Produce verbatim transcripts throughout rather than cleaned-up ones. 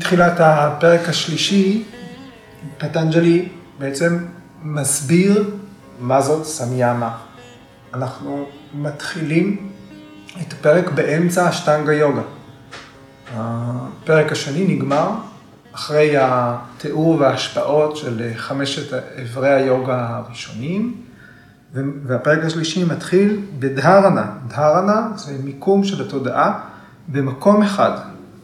מתחילת הפרק השלישי, פטנג'לי בעצם מסביר מה זאת סמיאמה. אנחנו מתחילים את הפרק באמצע אשטנגה יוגה. הפרק השני נגמר אחרי התיאור וההשפעות של חמשת אברי היוגה הראשונים, והפרק השלישי מתחיל בדהרנה. דהרנה זה מיקום של התודעה במקום אחד.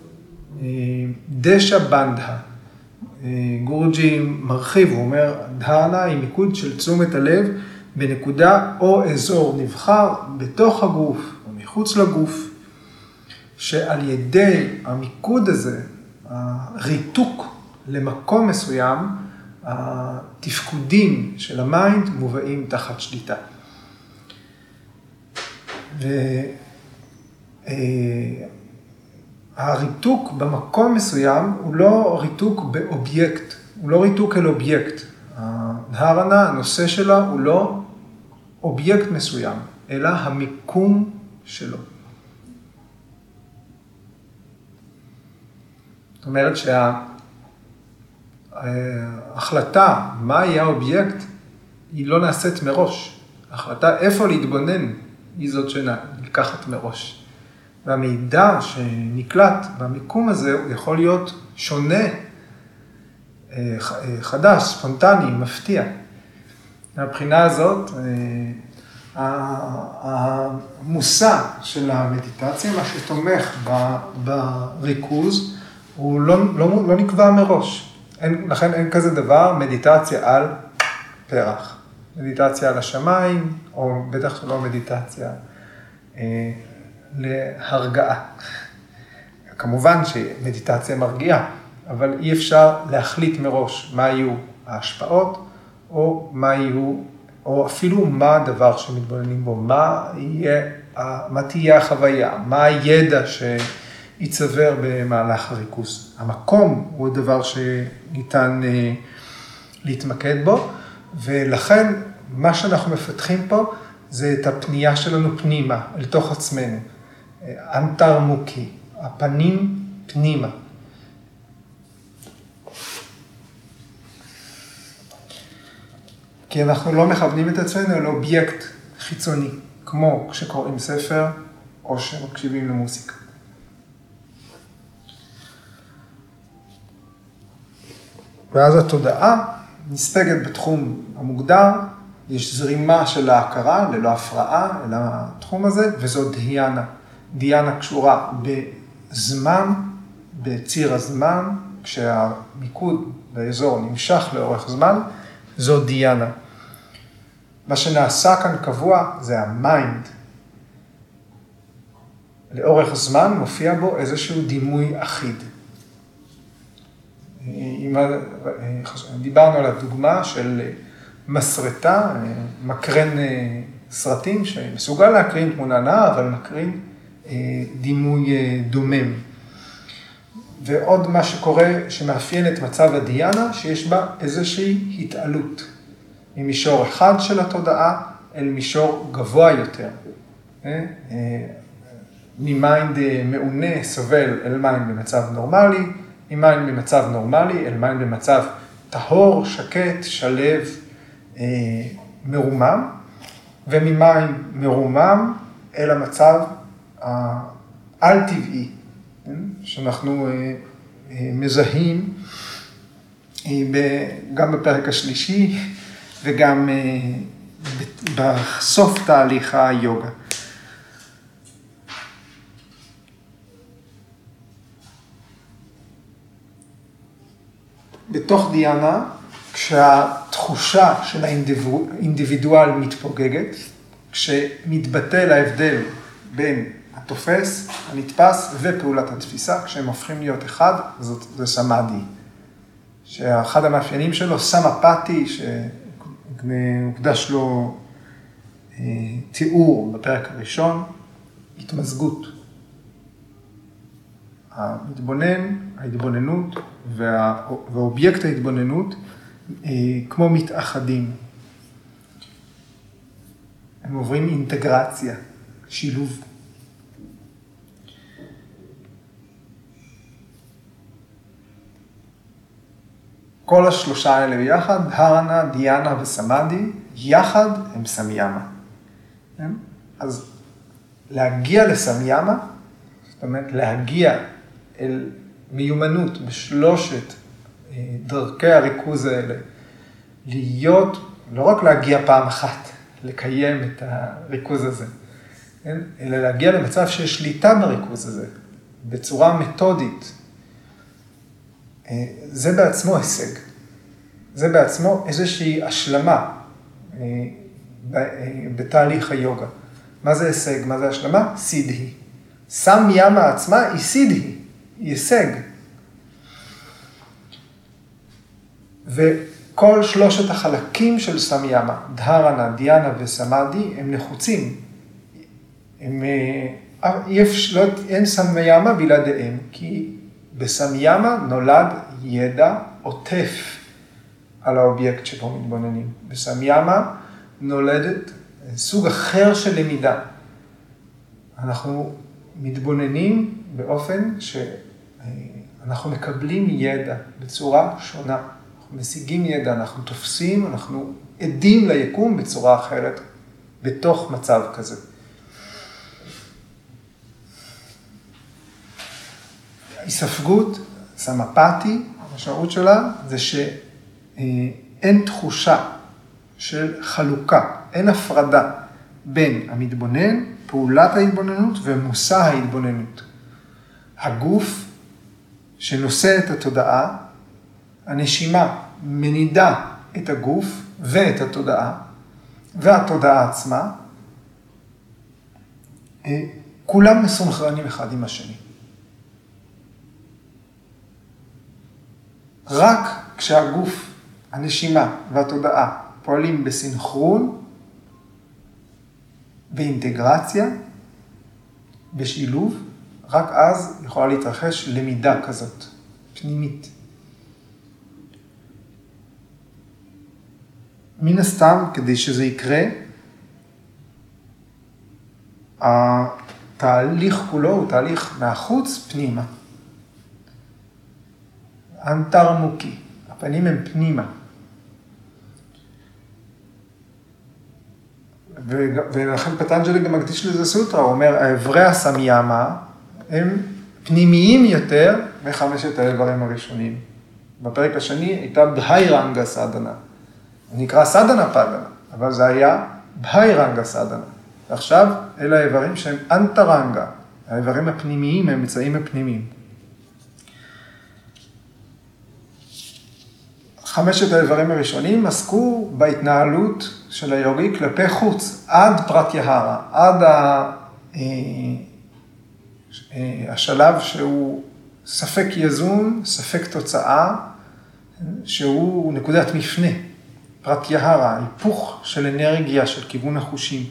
דשא בנדה. גורג'י מרחיב, הוא אומר, דהרנה היא מיקוד של תשומת הלב בנקודה או אזור נבחר בתוך הגוף או מחוץ לגוף, שעל ידי המיקוד הזה, הריתוק למקום מסוים, התפקודים של המיינד מובאים תחת שליטה. והריתוק במקום מסוים הוא לא ריתוק באובייקט, הוא לא ריתוק אל אובייקט. הדהרנה, הנושא שלה הוא לא אובייקט מסוים, אלא המיקום שלו. זאת אומרת שההחלטה מה יהיה האובייקט היא לא נעשית מראש. ההחלטה איפה להתבונן היא זאת שנלקחת מראש. והמידע שנקלט במיקום הזה הוא יכול להיות שונה, חדש, ספונטני, מפתיע. מהבחינה הזאת, המושא של המדיטציה, מה שתומך בריכוז, הוא לא, לא, לא נקבע מראש. אין, לכן אין כזה דבר מדיטציה על פרח. מדיטציה על השמיים, או בטח שלא מדיטציה אה, להרגעה. כמובן שמדיטציה מרגיעה, אבל אי אפשר להחליט מראש מה יהיו ההשפעות, או מה יהיו, או אפילו מה הדבר שמתבוננים בו, מה יהיה, מה תהיה החוויה, מה הידע שיצבר במהלך הריכוז. המקום הוא הדבר שניתן אה, להתמקד בו, ולכן מה שאנחנו מפתחים פה זה את הפנייה שלנו פנימה, אל תוך עצמנו. אנטרמוקי, הפנים פנימה. כי אנחנו לא מכוונים את עצמנו אל אובייקט חיצוני, כמו כשקוראים ספר או שמקשיבים למוסיקה. ואז התודעה נספגת בתחום המוגדר, יש זרימה של ההכרה ללא הפרעה אל התחום הזה, וזו דיאנה. דיאנה קשורה בזמן, בציר הזמן, כשהמיקוד באזור נמשך לאורך זמן, זו דיאנה. מה שנעשה כאן קבוע זה המיינד. לאורך זמן מופיע בו איזשהו דימוי אחיד. דיברנו על הדוגמה של מסרטה, מקרן סרטים שמסוגל להקרין תמונה נאה, אבל מקרין דימוי דומם. ועוד מה שקורה שמאפיין את מצב הדיאנה, שיש בה איזושהי התעלות. ממישור אחד של התודעה אל מישור גבוה יותר. ממיינד מעונה סובל אל מיינד במצב נורמלי, ממיינד במצב נורמלי אל מיינד במצב טהור, שקט, שלב, מרומם, וממיינד מרומם אל המצב העל-טבעי, שאנחנו מזהים גם בפרק השלישי וגם בסוף תהליך היוגה. בתוך דיאנה, כשהתחושה של האינדיבידואל מתפוגגת, כשמתבטל ההבדל בין התופס, הנתפס ופעולת התפיסה, כשהם הופכים להיות אחד, זאת, זה סמאדי. שאחד המאפיינים שלו, סמפתי, שהוקדש לו אה, תיאור בפרק הראשון, התמזגות. המתבונן, ההתבוננות וה, והאובייקט ההתבוננות, אה, כמו מתאחדים. הם עוברים אינטגרציה, שילוב. כל השלושה האלה ביחד, דהרנה, דיאנה וסמאדי, יחד הם סמיימה. כן? אז להגיע לסמיימה, זאת אומרת, להגיע אל מיומנות בשלושת דרכי הריכוז האלה, להיות, לא רק להגיע פעם אחת, לקיים את הריכוז הזה, כן? אלא להגיע למצב שיש שליטה בריכוז הזה, בצורה מתודית. זה בעצמו הישג. זה בעצמו איזושהי השלמה בתהליך היוגה. מה זה הישג? מה זה השלמה? סידהי. סמיימה עצמה היא סידהי, היא הישג. וכל שלושת החלקים של סמיימה, דהרנה, דיאנה וסמאדי, הם נחוצים. הם, לא, אין סמיימה בלעדיהם, כי בסמיימה נולד ידע עוטף על האובייקט שבו מתבוננים. בסמיימה נולדת סוג אחר של למידה. אנחנו מתבוננים באופן שאנחנו מקבלים ידע בצורה שונה. אנחנו משיגים ידע, אנחנו תופסים, אנחנו עדים ליקום בצורה אחרת, בתוך מצב כזה. ההיספגות, סמפתי, המשמעות שלה זה שאין תחושה של חלוקה, אין הפרדה בין המתבונן, פעולת ההתבוננות ומושא ההתבוננות. הגוף שנושא את התודעה, הנשימה מנידה את הגוף ואת התודעה, והתודעה עצמה, כולם מסונכרנים אחד עם השני. רק כשהגוף, הנשימה והתודעה פועלים בסינכרון, באינטגרציה, בשילוב, רק אז יכולה להתרחש למידה כזאת, פנימית. מן הסתם, כדי שזה יקרה, התהליך כולו הוא תהליך מהחוץ פנימה. אנטרמוקי, הפנים הם פנימה. ולכן פטנג'לי גם מקדיש לזה סוטרה, הוא אומר, האיברי הסמיימה הם פנימיים יותר מחמשת האיברים הראשונים. בפרק השני הייתה בהירנגה סדנה. הוא נקרא סדנה פדנה, אבל זה היה בהירנגה סדנה. ועכשיו אלה האיברים שהם אנטרנגה, האיברים הפנימיים הם מצאים הפנימיים. חמשת האיברים הראשונים עסקו בהתנהלות של היוגי כלפי חוץ, עד פרט יהרה, עד השלב שהוא ספק יזום, ספק תוצאה, שהוא נקודת מפנה, פרט יהרה, היפוך של אנרגיה, של כיוון החושים.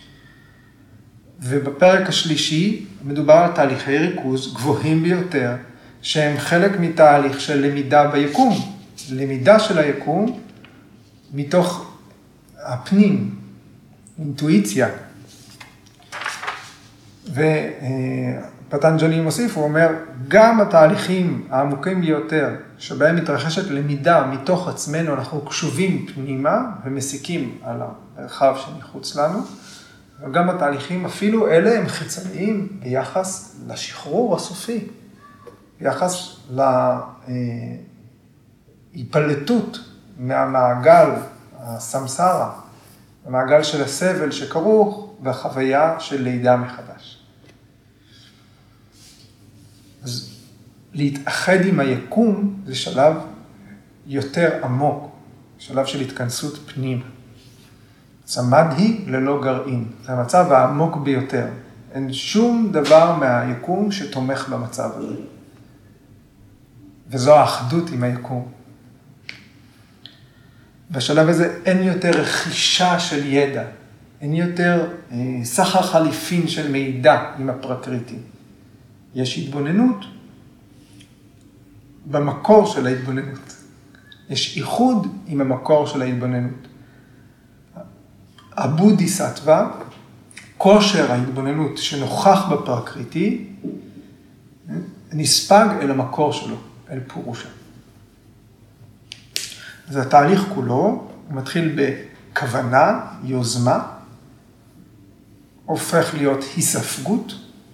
ובפרק השלישי מדובר על תהליכי ריכוז גבוהים ביותר, שהם חלק מתהליך של למידה ביקום. למידה של היקום מתוך הפנים, אינטואיציה. ופטנג'לי מוסיף, הוא אומר, גם התהליכים העמוקים ביותר, שבהם מתרחשת למידה מתוך עצמנו, אנחנו קשובים פנימה ומסיקים על המרחב שמחוץ לנו, וגם התהליכים, אפילו אלה הם חיצוניים ביחס לשחרור הסופי, ביחס ל... היפלטות מהמעגל הסמסרה, המעגל של הסבל שכרוך בחוויה של לידה מחדש. אז להתאחד עם היקום זה שלב יותר עמוק, שלב של התכנסות פנימה. סמאדהי ללא גרעין, זה המצב העמוק ביותר. אין שום דבר מהיקום שתומך במצב הזה. וזו האחדות עם היקום. בשלב הזה אין יותר רכישה של ידע, אין יותר אה, סחר חליפין של מידע עם הפרקריטי. יש התבוננות במקור של ההתבוננות. יש איחוד עם המקור של ההתבוננות. הבודיסטווה, כושר ההתבוננות שנוכח בפרקריטי, נספג אל המקור שלו, אל פורושה. אז התהליך כולו, הוא מתחיל בכוונה, יוזמה, הופך להיות היספגות,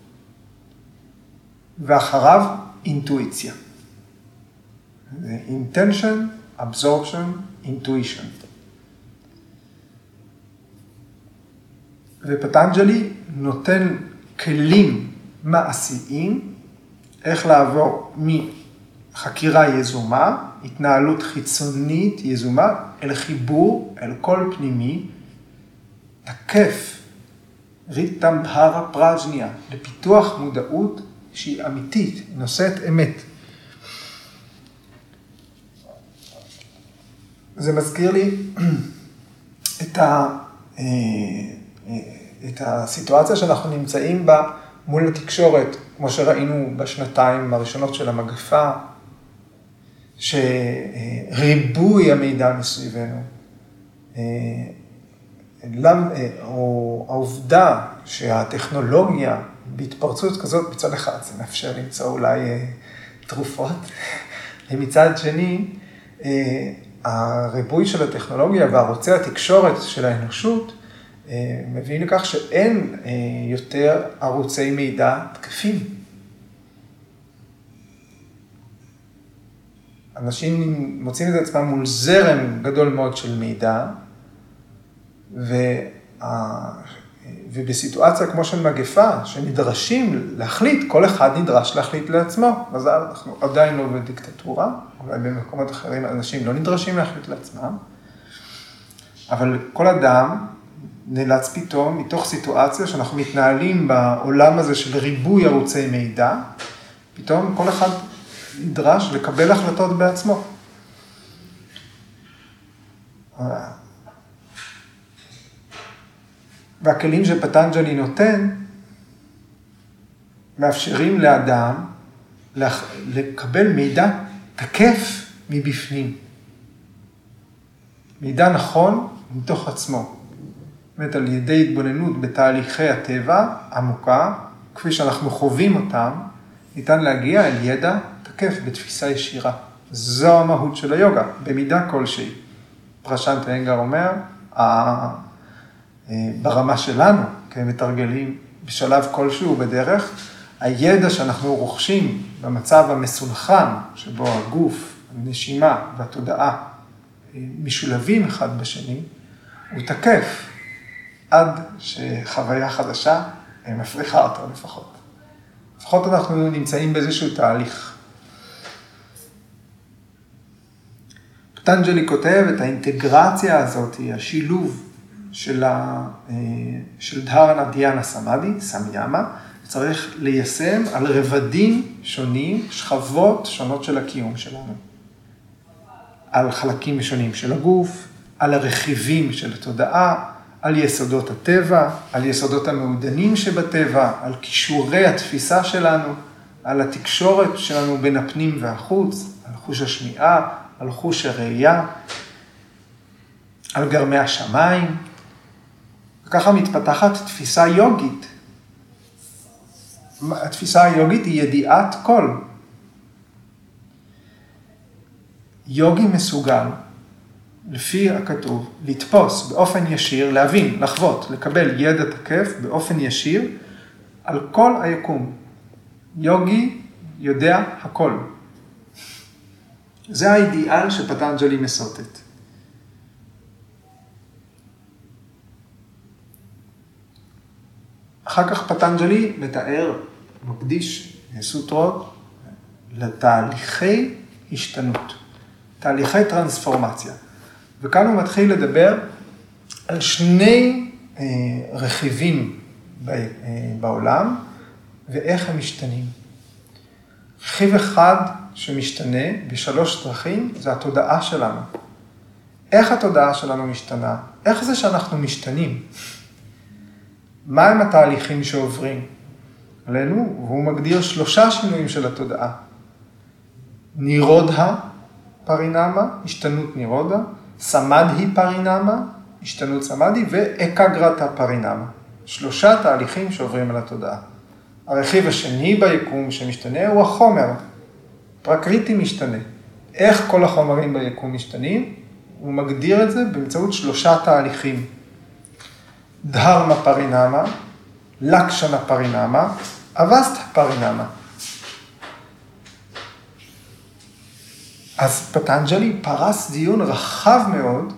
ואחריו אינטואיציה. זה intention, absorption, intuition. ופטנג'לי נותן כלים מעשיים, איך לעבור מחקירה יזומה, התנהלות חיצונית יזומה, אל חיבור, אל קול פנימי, תקף, ריטמבהרה פראג'ניה, לפיתוח מודעות שהיא אמיתית, נושאת אמת. זה מזכיר לי את, ה, את הסיטואציה שאנחנו נמצאים בה מול התקשורת, כמו שראינו בשנתיים הראשונות של המגפה, שריבוי המידע מסביבנו, או העובדה שהטכנולוגיה בהתפרצות כזאת מצד אחד, זה מאפשר למצוא אולי תרופות, ומצד שני, הריבוי של הטכנולוגיה וערוצי התקשורת של האנושות, מביאים לכך שאין יותר ערוצי מידע תקפים. אנשים מוצאים את עצמם מול זרם גדול מאוד של מידע, וה... ובסיטואציה כמו של מגפה, שנדרשים להחליט, כל אחד נדרש להחליט לעצמו. אז אנחנו עדיין לא בדיקטטורה, אולי במקומות אחרים אנשים לא נדרשים להחליט לעצמם, אבל כל אדם נאלץ פתאום, מתוך סיטואציה שאנחנו מתנהלים בעולם הזה של ריבוי ערוצי מידע, פתאום כל אחד נדרש לקבל החלטות בעצמו. והכלים שפטנג'לי נותן, מאפשרים לאדם לקבל מידע תקף מבפנים. מידע נכון מתוך עצמו. זאת אומרת, על ידי התבוננות בתהליכי הטבע עמוקה, כפי שאנחנו חווים אותם, ניתן להגיע אל ידע תקף בתפיסה ישירה. זו המהות של היוגה, במידה כלשהי. פרשנט איינגר אומר, ברמה שלנו, כמתרגלים בשלב כלשהו בדרך, הידע שאנחנו רוכשים במצב המסונכן, שבו הגוף, הנשימה והתודעה משולבים אחד בשני, הוא תקף עד שחוויה חדשה מפריחה אותו לפחות. לפחות אנחנו נמצאים באיזשהו תהליך. פטנג'לי כותב את האינטגרציה הזאת, השילוב של, ה, של דהרנה דיאנה סמאדי, סמיאמה, צריך ליישם על רבדים שונים, שכבות שונות של הקיום שלנו. על חלקים שונים של הגוף, על הרכיבים של התודעה, על יסודות הטבע, על יסודות המעודנים שבטבע, על קישורי התפיסה שלנו, על התקשורת שלנו בין הפנים והחוץ, על חוש השמיעה, על חוש הראייה, על גרמי השמיים. וככה מתפתחת תפיסה יוגית. התפיסה היוגית היא ידיעת קול. יוגי מסוגל, לפי הכתוב, לתפוס באופן ישיר, להבין, לחוות, לקבל ידע תקף באופן ישיר על כל היקום. יוגי יודע הכל. זה האידיאל שפטנג'לי מסרטט. אחר כך פטנג'לי מתאר, מקדיש סוטרות לתהליכי השתנות, תהליכי טרנספורמציה. וכאן הוא מתחיל לדבר על שני אה, רכיבים ב, אה, בעולם ואיך הם משתנים. רכיב אחד שמשתנה בשלוש דרכים זה התודעה שלנו. איך התודעה שלנו משתנה? איך זה שאנחנו משתנים? מה הם התהליכים שעוברים עלינו? והוא מגדיר שלושה שינויים של התודעה. נירודה פרינמה, השתנות נירודה, סמדהי פרינמה, השתנות סמדהי, ואקגרתה פרינמה. שלושה תהליכים שעוברים על התודעה. הרכיב השני ביקום שמשתנה הוא החומר. פרקריטי משתנה. איך כל החומרים ביקום משתנים? הוא מגדיר את זה באמצעות שלושה תהליכים. דהרמה פרינמה, לקשנה פרינמה, אבסטה פרינמה. אז פטנג'לי פרס דיון רחב מאוד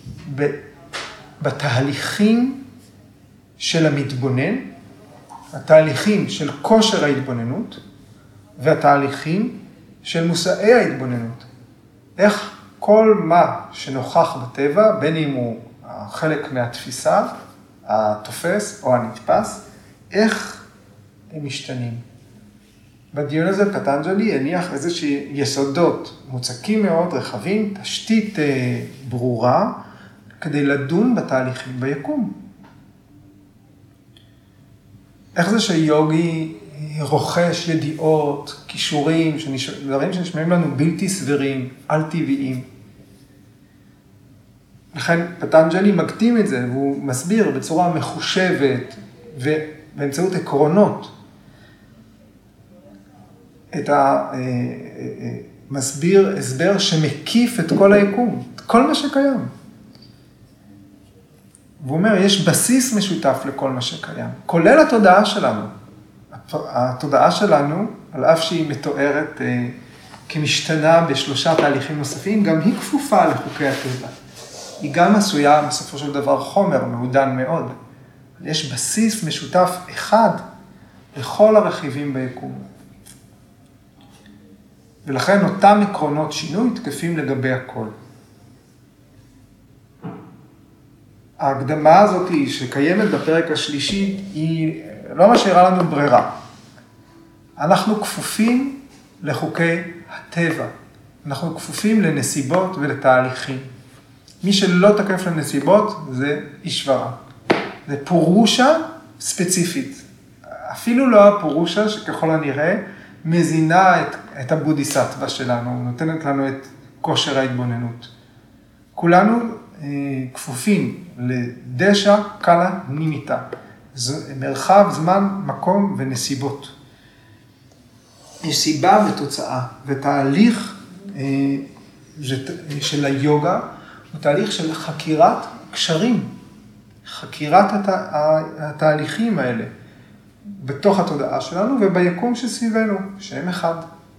בתהליכים של המתבונן, התהליכים של כושר ההתבוננות, והתהליכים של מושאי ההתבוננות. איך כל מה שנוכח בטבע, בין אם הוא חלק מהתפיסה, התופס או הנתפס, איך הם משתנים. בדיון הזה פטנג'לי הניח איזושהי יסודות מוצקים מאוד, רחבים, תשתית ברורה, כדי לדון בתהליכים ביקום. איך זה שיוגי רוכש ידיעות, כישורים, דברים שנשמעים לנו בלתי סבירים, על טבעיים. לכן פטנג'לי מקדים את זה, והוא מסביר בצורה מחושבת ובאמצעות עקרונות את המסביר, הסבר שמקיף את כל היקום, את כל מה שקיים. והוא אומר, יש בסיס משותף לכל מה שקיים, כולל התודעה שלנו. התודעה שלנו, על אף שהיא מתוארת אה, כמשתנה בשלושה תהליכים נוספים, גם היא כפופה לחוקי הטבע. היא גם עשויה בסופו של דבר חומר, מעודן מאוד. יש בסיס משותף אחד לכל הרכיבים ביקום. ולכן אותם עקרונות שינוי תקפים לגבי הכל. ההקדמה הזאת שקיימת בפרק השלישי היא לא משאירה לנו ברירה. אנחנו כפופים לחוקי הטבע. אנחנו כפופים לנסיבות ולתהליכים. מי שלא תקף לנסיבות זה אישברה. זה פורושה ספציפית. אפילו לא הפורושה שככל הנראה מזינה את, את הבודיסטווה שלנו, נותנת לנו את כושר ההתבוננות. כולנו אה, כפופים לדשא קלה נימיתה. מרחב, זמן, מקום ונסיבות. יש סיבה ותוצאה, ותהליך אה, של היוגה הוא תהליך של חקירת קשרים, חקירת הת... התהליכים האלה בתוך התודעה שלנו וביקום שסביבנו, שהם אחד.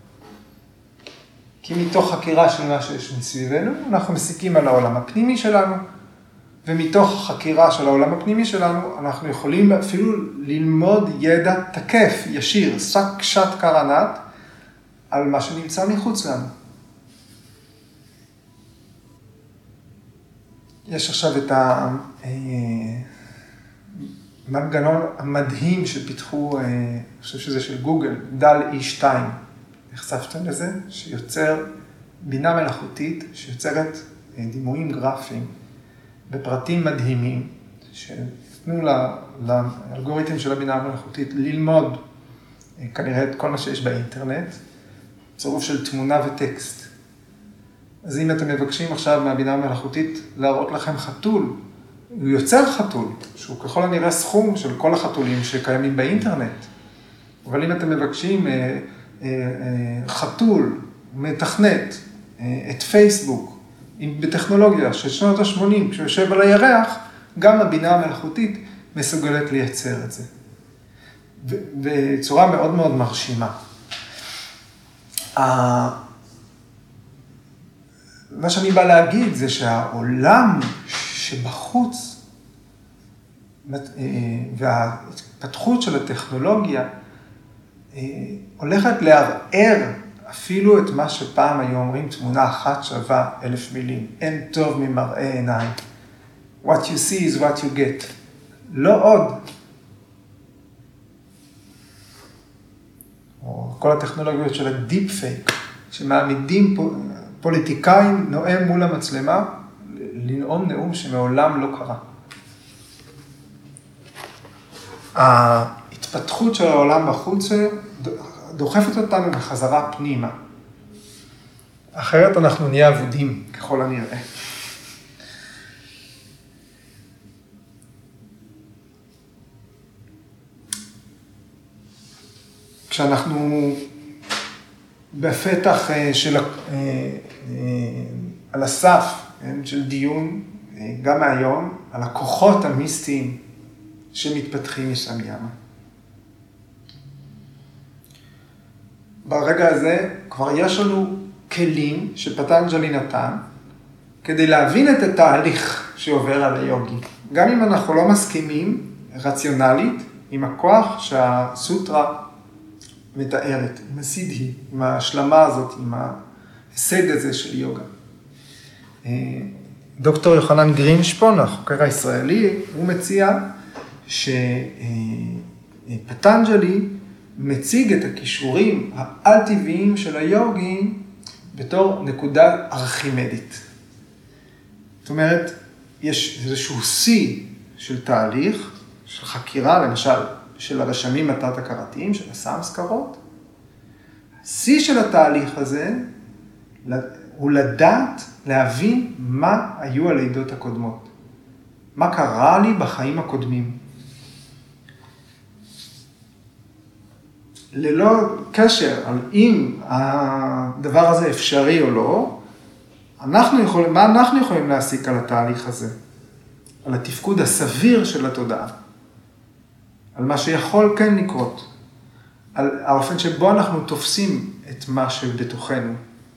כי מתוך חקירה של מה שיש מסביבנו, אנחנו מסיקים על העולם הפנימי שלנו, ומתוך חקירה של העולם הפנימי שלנו, אנחנו יכולים אפילו ללמוד ידע תקף, ישיר, שק שת קרנת, על מה שנמצא מחוץ לנו. יש עכשיו את המנגנון המדהים שפיתחו, אני חושב שזה של גוגל, דל אי שתיים. נחשפתם לזה? שיוצר בינה מלאכותית, שיוצרת דימויים גרפיים, בפרטים מדהימים, שנתנו לאלגוריתם של הבינה המלאכותית ללמוד כנראה את כל מה שיש באינטרנט, צירוף של תמונה וטקסט. אז אם אתם מבקשים עכשיו מהבינה המלאכותית להראות לכם חתול, הוא יוצר חתול, שהוא ככל הנראה סכום של כל החתולים שקיימים באינטרנט. אבל אם אתם מבקשים חתול, מתכנת, את פייסבוק, בטכנולוגיה של שנות ה-שמונים, כשהוא יושב על הירח, גם הבינה המלאכותית מסוגלת לייצר את זה. בצורה מאוד מאוד מרשימה. מה שאני בא להגיד זה שהעולם שבחוץ וההתפתחות של הטכנולוגיה הולכת לערער אפילו את מה שפעם היו אומרים, תמונה אחת שווה אלף מילים. אין טוב ממראה עיניים. What you see is what you get. לא עוד. או כל הטכנולוגיות של הדיפ פייק, שמעמידים פוליטיקאים נואם מול המצלמה, לנאום נאום שמעולם לא קרה. ההתפתחות של העולם בחוץ דוחפת אותנו בחזרה פנימה. אחרת אנחנו נהיה עבודים, ככל הנראה. כשאנחנו בפתח של, על הסף של דיון, גם מהיום, על הכוחות המיסטיים שמתפתחים משם ימה. ברגע הזה כבר יש לנו כלים שפטנג'לי נתן, כדי להבין את התהליך שעובר על היוגי. גם אם אנחנו לא מסכימים רציונלית עם הכוח שהסוטרה מתארת, עם הסידהי, עם ההשלמה הזאת, עם ההישג הזה של יוגה. דוקטור יוחנן גרינשפון, החוקר הישראלי, הוא מציע שפטנג'לי מציג את הכישורים העל-טבעיים של היוגי בתור נקודה ארכימדית. זאת אומרת, יש איזשהו שיא של תהליך, של חקירה, למשל, של הרשמים התת-הכרתיים, של הסמסקרות. השיא של התהליך הזה הוא לדעת, להבין מה היו הלידות הקודמות. מה קרה לי בחיים הקודמים. ללא קשר על אם הדבר הזה אפשרי או לא, אנחנו יכולים, מה אנחנו יכולים להסיק על התהליך הזה? על התפקוד הסביר של התודעה. על מה שיכול כן לקרות. על האופן שבו אנחנו תופסים את מה שבתוכנו.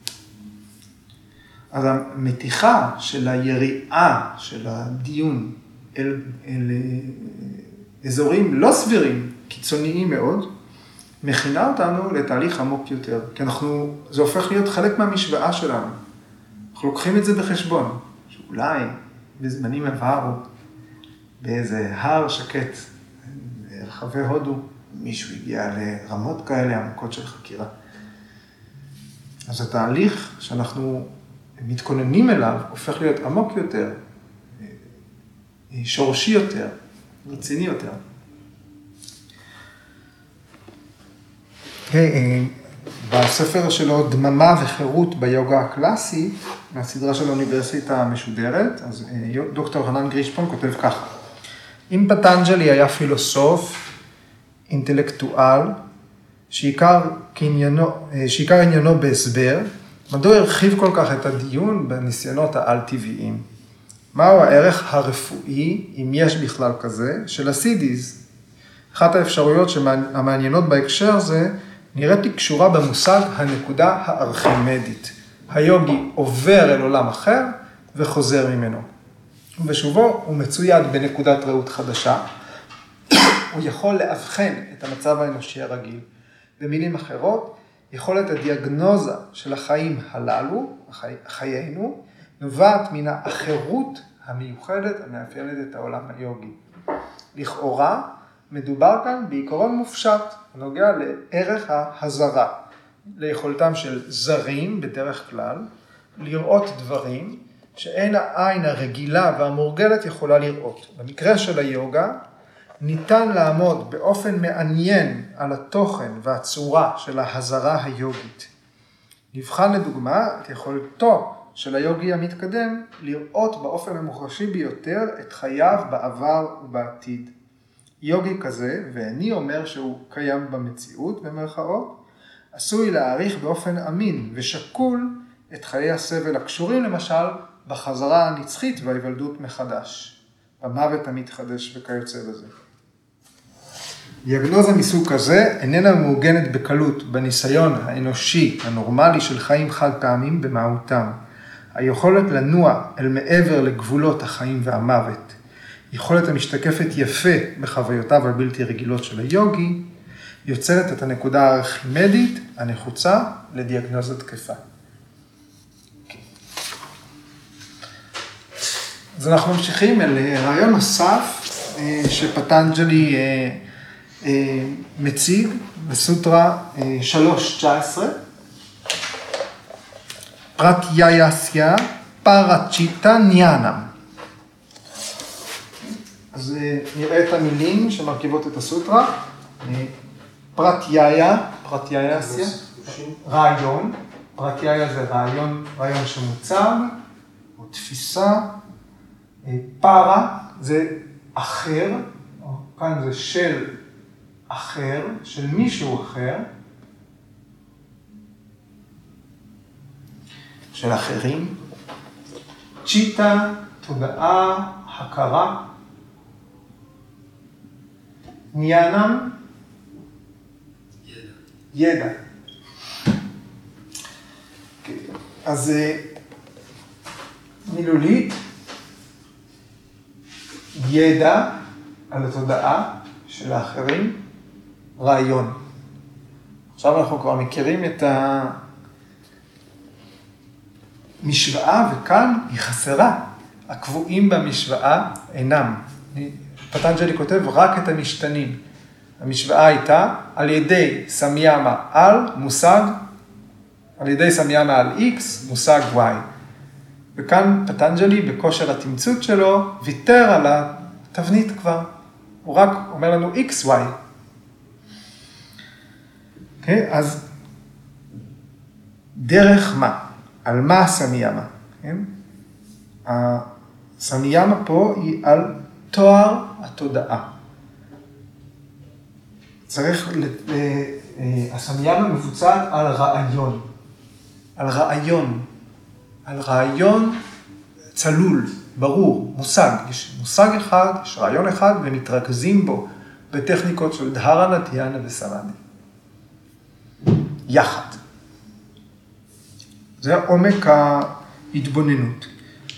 אז המתיחה של היריעה, של הדיון אל, אל אזורים לא סבירים, קיצוניים מאוד, מכינה אותנו לתהליך עמוק יותר. כי אנחנו, זה הופך להיות חלק מהמשוואה שלנו. אנחנו לוקחים את זה בחשבון, שאולי בזמנים עברו, באיזה הר שקט, ברחבי הודו, מישהו הגיע לרמות כאלה עמוקות של חקירה. אז התהליך שאנחנו מתכוננים אליו, הופך להיות עמוק יותר, שורשי יותר, רציני יותר. בספר שלו, דממה וחירות ביוגה הקלאסית, מהסדרה של האוניברסיטה המשודרת, אז דוקטור יוחנן גרינשפון כותב ככה: אם פטנג'לי היה פילוסוף, אינטלקטואל, שעיקר עניינו, שעיקר עניינו בהסבר, מדוע הרחיב כל כך את הדיון בניסיונות העל-טבעיים? מהו הערך הרפואי, אם יש בכלל כזה, של הסידיז? אחת האפשרויות המעניינות בהקשר זה, נראית לי קשורה במושג הנקודה הארכימדית. היוגי עובר אל עולם אחר וחוזר ממנו. ובשובו הוא מצויד בנקודת ראות חדשה. הוא יכול לאבחן את המצב האנושי הרגיל. במילים אחרות, יכולת הדיאגנוזה של החיים הללו, החי... חיינו, נובעת מן האחרות המיוחדת המאפיינת את העולם היוגי. לכאורה, מדובר כאן בעיקרון מופשט, הנוגע לערך ההזרה, ליכולתם של זרים בדרך כלל, לראות דברים שאין העין הרגילה והמורגלת יכולה לראות. במקרה של היוגה, ניתן לעמוד באופן מעניין על התוכן והצורה של ההזרה היוגית. נבחן לדוגמה את יכולתו של היוגי המתקדם לראות באופן המוחשי ביותר את חייו בעבר ובעתיד. יוגי כזה, ואני אומר שהוא קיים במציאות במרכאות, עשוי להעריך באופן אמין ושקול את חיי הסבל הקשורים למשל בחזרה הנצחית וההיוולדות מחדש, במוות המתחדש וכיוצא בזה. דיאגנוזה מסוג כזה איננה מעוגנת בקלות בניסיון האנושי הנורמלי של חיים חד פעמים במהותם. היכולת לנוע אל מעבר לגבולות החיים והמוות, יכולת המשתקפת יפה בחוויותיו הבלתי רגילות של היוגי, יוצרת את הנקודה הארכימדית הנחוצה לדיאגנוזה תקפה. אז אנחנו ממשיכים אל רעיון נוסף שפטנג'לי מציג בסוטרה שלוש תשע עשרה, פרטייסיה פרצ'יטה ניאנם. אז נראה את המילים שמרכיבות את הסוטרה. פרטיייה, פרטייסיה, רעיון. פרטיייה זה רעיון, רעיון שמוצג, או תפיסה. פרה זה אחר, כאן זה של אחר, של מישהו אחר. של אחרים. צ'יטה, תודעה, הכרה. ניאנם, ידע. ידע. אז מילולית, ידע על התודעה של האחרים, רעיון. עכשיו אנחנו כבר מכירים את המשוואה, וכאן היא חסרה. הקבועים במשוואה אינם. פטנג'לי כותב רק את המשתנים. המשוואה הייתה על ידי סמיאמה על מושג, על ידי סמיאמה על X, מושג Y. וכאן פטנג'לי בכושר התמצות שלו ויתר על התבנית כבר. הוא רק אומר לנו X, Y. Okay, אז דרך מה? על מה הסמיאמה? כן? הסמיאמה פה היא על תואר התודעה. צריך, הסמיאמה מבוצעת על רעיון. על רעיון. על רעיון צלול, ברור, מושג. יש מושג אחד, יש רעיון אחד, ומתרכזים בו בטכניקות של דהרנה, דיאנה וסמאדי. יחד. זה עומק ההתבוננות.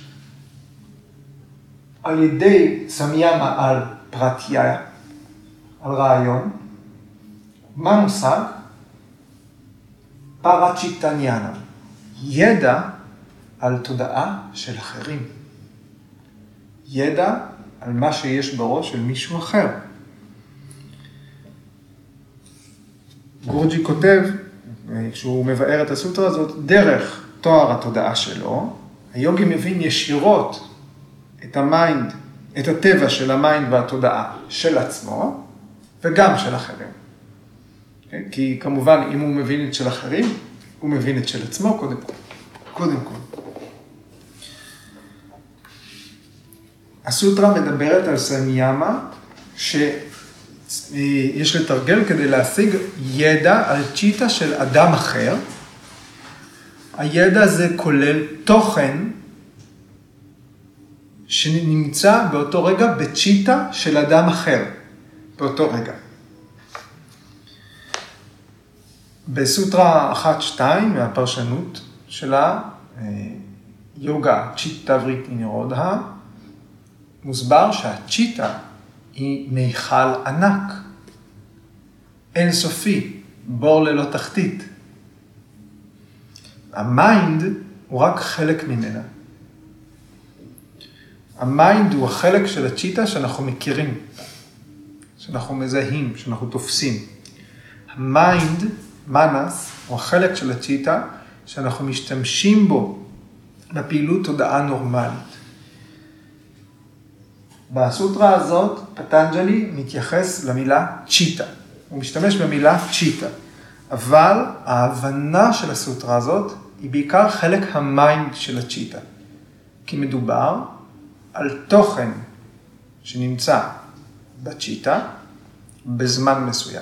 על ידי סמיאמה על פרטיה, על רעיון, מה מושג? פרצ'יטניאנה. ידע על תודעה של אחרים. ידע על מה שיש בראש של מישהו אחר. גורג'י כותב, כשהוא מבאר את הסוטרה הזאת, דרך תואר התודעה שלו, היוגי מבין ישירות את המיינד, את הטבע של המיינד והתודעה של עצמו, וגם של אחרים. כי כמובן, אם הוא מבין את של אחרים, הוא מבין את של עצמו קודם כל. קודם כל. הסוטרה מדברת על סמיאמה, שיש לתרגל כדי להשיג ידע על צ'יטה של אדם אחר. הידע הזה כולל תוכן שנמצא באותו רגע בצ'יטה של אדם אחר, באותו רגע. בסוטרה אחת שתיים, מהפרשנות שלה, יוגה צ'יטה וריטי נירודה, מוסבר שהצ'יטה היא מיכל ענק, אינסופי, בור ללא תחתית. המיינד הוא רק חלק ממנה. המיינד הוא החלק של הצ'יטה שאנחנו מכירים, שאנחנו מזהים, שאנחנו תופסים. המיינד, מנס, הוא החלק של הצ'יטה שאנחנו משתמשים בו בפעילות תודעה נורמלית. בסוטרה הזאת, פטנג'לי מתייחס למילה צ'יטה. הוא משתמש במילה צ'יטה. אבל ההבנה של הסוטרה הזאת היא בעיקר חלק המיינד של הצ'יטה. כי מדובר על תוכן שנמצא בצ'יטה בזמן מסוים.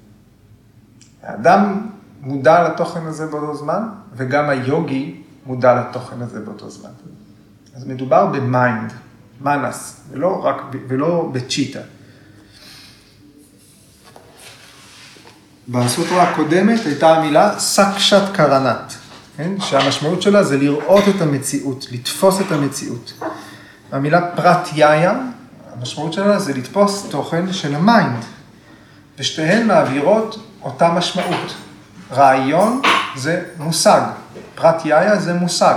האדם מודע לתוכן הזה באותו זמן, וגם היוגי מודע לתוכן הזה באותו זמן. אז מדובר במיינד, מנס, ולא, רק, ולא בצ'יטה. בסוטרה הקודמת הייתה המילה סקשת קרנת, כן? שהמשמעות שלה זה לראות את המציאות, לתפוס את המציאות. המילה פרטיה, המשמעות שלה זה לתפוס תוכן של המיינד, ושתיהן מעבירות אותה משמעות. רעיון זה מושג, פרטיה זה מושג.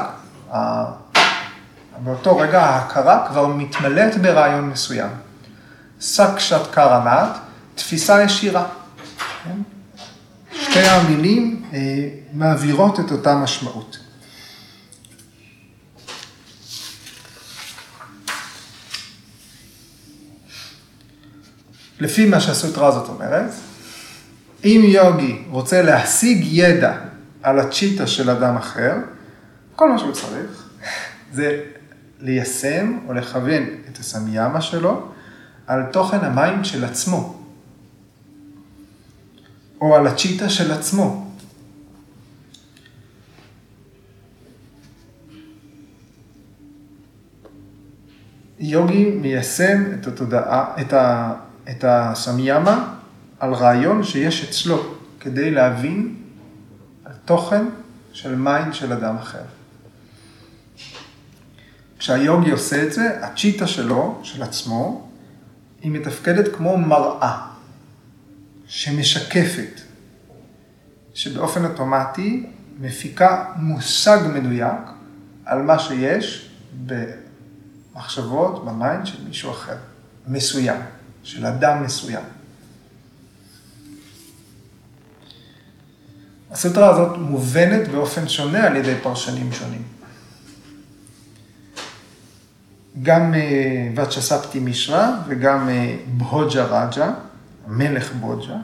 באותו רגע ההכרה כבר מתמלאת ברעיון מסוים. סקשת קרנת, תפיסה ישירה. שתי המילים אה, מעבירות את אותה משמעות. לפי מה שהסוטרה הזאת אומרת, אם יוגי רוצה להשיג ידע על הצ'יטה של אדם אחר, כל מה שהוא צריך זה ליישם או לכוון את הסמיאמה שלו על תוכן המיינד של עצמו, או על הצ'יטה של עצמו. יוגי מיישם את התודעה, את, ה, את הסמיאמה על רעיון שיש אצלו, כדי להבין התוכן של מיינד של אדם אחר. כשהיוגי עושה את זה, הצ'יטה שלו, של עצמו, היא מתפקדת כמו מראה, שמשקפת, שבאופן אוטומטי מפיקה מושג מדויק על מה שיש במחשבות, במיינד של מישהו אחר, מסוים, של אדם מסוים. הסוטרה הזאת מובנת באופן שונה על ידי פרשנים שונים. גם ואצ'ספטי מישרה וגם בהוג'ה רג'ה, המלך בהוג'ה,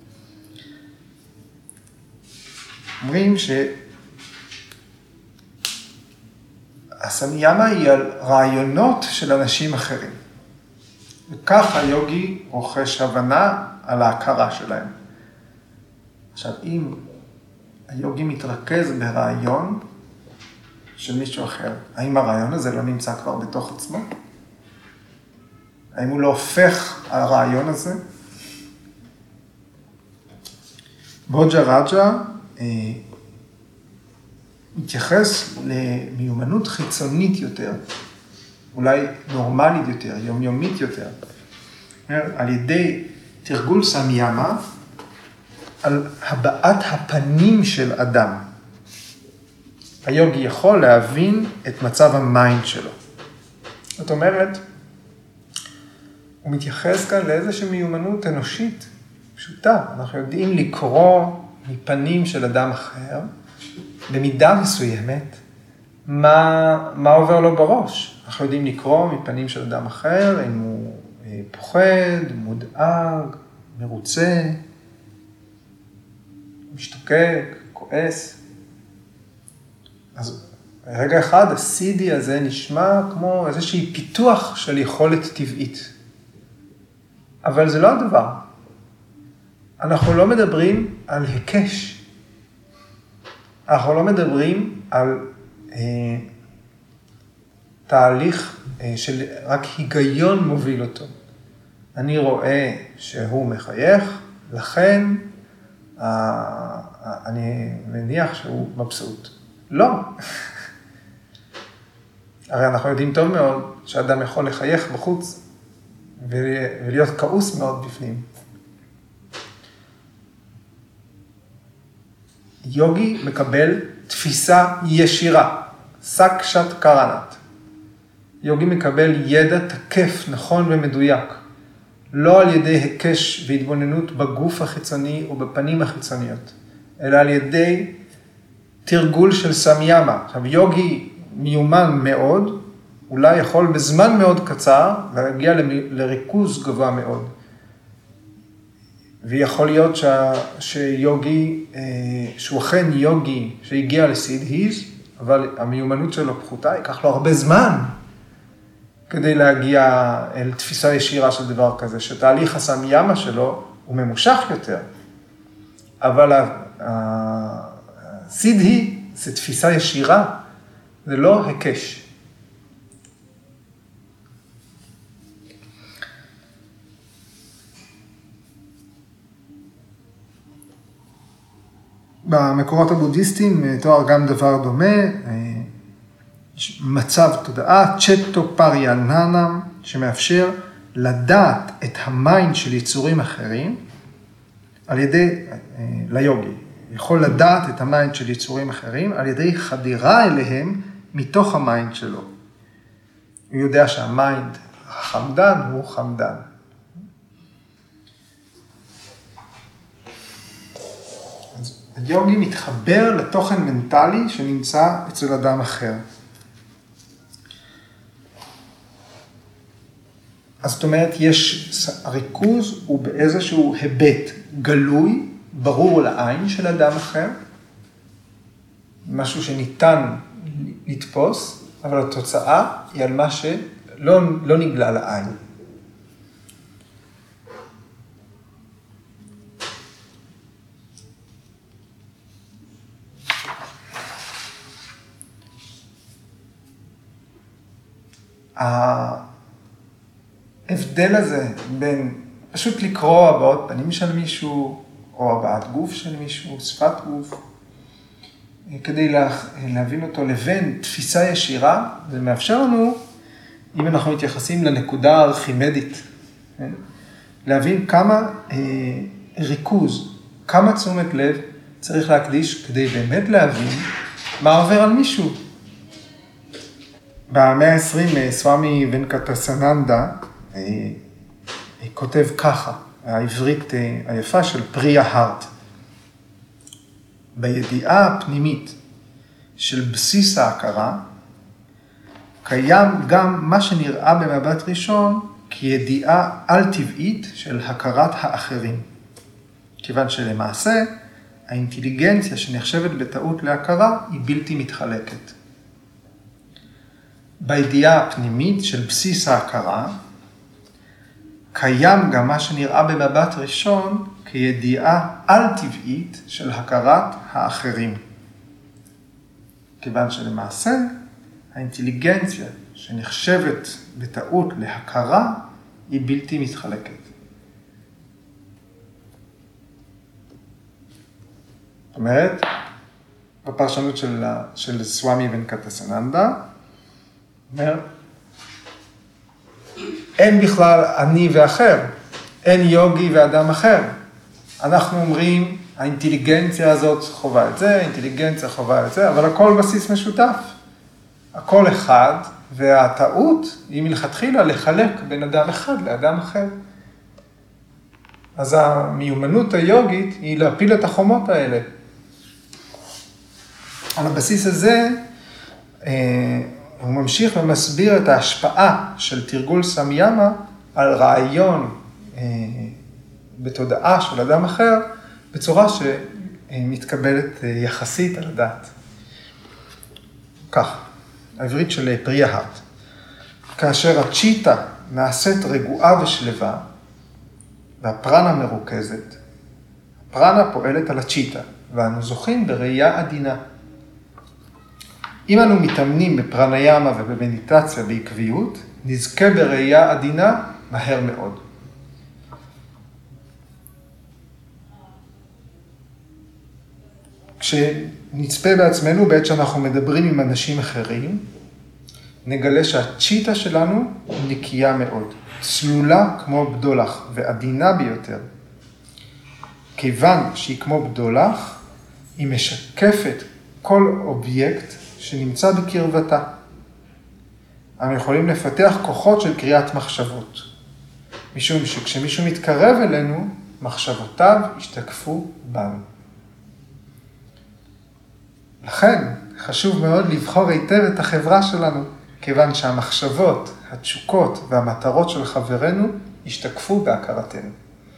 אומרים שהסמיאמה היא על רעיונות של אנשים אחרים. וכך היוגי רוכש הבנה על ההכרה שלהם. עכשיו, אם היוגי מתרכז ברעיון של מישהו אחר, האם הרעיון הזה לא נמצא כבר בתוך עצמו? האם הוא לא הופך הרעיון הזה? בהוג'ה רג'ה אה, מתייחס למיומנות חיצונית יותר, אולי נורמלית יותר, יומיומית יותר, על ידי תרגול סמיאמה, על הבעת הפנים של אדם. היוגי יכול להבין את מצב המיינד שלו. זאת אומרת, הוא מתייחס כאן לאיזושהי מיומנות אנושית, פשוטה. אנחנו יודעים לקרוא מפנים של אדם אחר, במידה מסוימת, מה, מה עובר לו בראש. אנחנו יודעים לקרוא מפנים של אדם אחר, אם הוא פוחד, מודאג, מרוצה, משתוקק, כועס. אז רגע אחד, הסידי הזה נשמע כמו איזושהי פיתוח של יכולת טבעית. אבל זה לא הדבר. אנחנו לא מדברים על היקש. אנחנו לא מדברים על אה, תהליך אה, של רק היגיון מוביל אותו. אני רואה שהוא מחייך, לכן אה, אני מניח שהוא מבסוט. לא. הרי אנחנו יודעים טוב מאוד שאדם יכול לחייך בחוץ ולהיות כעוס מאוד בפנים. יוגי מקבל תפיסה ישירה, סקשת קרנת. יוגי מקבל ידע תקף, נכון ומדויק, לא על ידי היקש והתבוננות בגוף החיצוני או בפנים החיצוניות, אלא על ידי תרגול של סמיאמה. עכשיו, יוגי מיומן מאוד, אולי יכול בזמן מאוד קצר להגיע לריכוז גבוה מאוד. ויכול להיות ש... שיוגי, שהוא אכן יוגי שהגיע לסידהיז, אבל המיומנות שלו פחותה, ייקח לו הרבה זמן כדי להגיע אל תפיסה ישירה של דבר כזה, שתהליך הסמיאמה שלו הוא ממושך יותר, אבל הסידהי זה תפיסה ישירה, זה לא היקש. במקורות הבודהיסטיים תואר גם דבר דומה, מצב תודעה, צ'טו פריאננם, שמאפשר לדעת את המיינד של יצורים אחרים, על ידי, ליוגי, יכול לדעת את המיינד של יצורים אחרים, על ידי חדירה אליהם מתוך המיינד שלו. הוא יודע שהמיינד החמדן הוא חמדן. היוגי מתחבר לתוכן מנטלי שנמצא אצל אדם אחר. אז זאת אומרת, יש, הריכוז הוא באיזשהו היבט גלוי, ברור לעין של אדם אחר, משהו שניתן לתפוס, אבל התוצאה היא על מה שלא לא נגלה לעין. ההבדל הזה בין פשוט לקרוא הבעות פנים של מישהו, או הבעת גוף של מישהו, שפת גוף, כדי לה, להבין אותו לבין תפיסה ישירה, זה מאפשר לנו, אם אנחנו מתייחסים לנקודה הארכימדית, להבין כמה אה, ריכוז, כמה תשומת לב צריך להקדיש כדי באמת להבין מה עובר על מישהו. במאה ה-עשרים סוואמי ונקטסננדה אה, אה, כותב ככה, העברית אה, היפה של פריה הארט. בידיעה הפנימית של בסיס ההכרה, קיים גם מה שנראה במבט ראשון כידיעה על-טבעית של הכרת האחרים. כיוון שלמעשה, האינטליגנציה שנחשבת בטעות להכרה היא בלתי מתחלקת. בידיעה הפנימית של בסיס ההכרה, קיים גם מה שנראה במבט ראשון כידיעה על-טבעית של הכרת האחרים. כיוון שלמעשה, האינטליגנציה שנחשבת בטעות להכרה היא בלתי מתחלקת. זאת אומרת, בפרשנות של, של סוואמי ונקטסננדה, אומר, אין בכלל אני ואחר, אין יוגי ואדם אחר. אנחנו אומרים, האינטליגנציה הזאת חובה את זה, האינטליגנציה חובה את זה, אבל הכל בסיס משותף. הכל אחד, והטעות היא מלכתחילה לחלק בין אדם אחד לאדם אחר. אז המיומנות היוגית היא להפיל את החומות האלה. על הבסיס הזה, הוא ממשיך ומסביר את ההשפעה של תרגול סמיאמה על רעיון בתודעה של אדם אחר, בצורה שמתקבלת יחסית על הדעת. כך, העברית של פריה הארט. כאשר הצ'יטה נעשית רגועה ושלווה, והפרנה מרוכזת, הפרנה פועלת על הצ'יטה, ואנו זוכים בראייה עדינה. אם אנו מתאמנים בפרניאמה ובמדיטציה בעקביות, נזכה בראייה עדינה מהר מאוד. כשנצפה בעצמנו בעת שאנחנו מדברים עם אנשים אחרים, נגלה שהצ'יטה שלנו נקייה מאוד, צלולה כמו בדולח ועדינה ביותר. כיוון שהיא כמו בדולח, היא משקפת כל אובייקט שנמצא בקרבתה. אנחנו יכולים לפתח כוחות של קריאת מחשבות, משום שכשמישהו מתקרב אלינו, מחשבותיו ישתקפו בנו. לכן חשוב מאוד לבחור היטב את החברה שלנו, כיוון שהמחשבות, התשוקות והמטרות של חברנו ישתקפו בהכרתנו.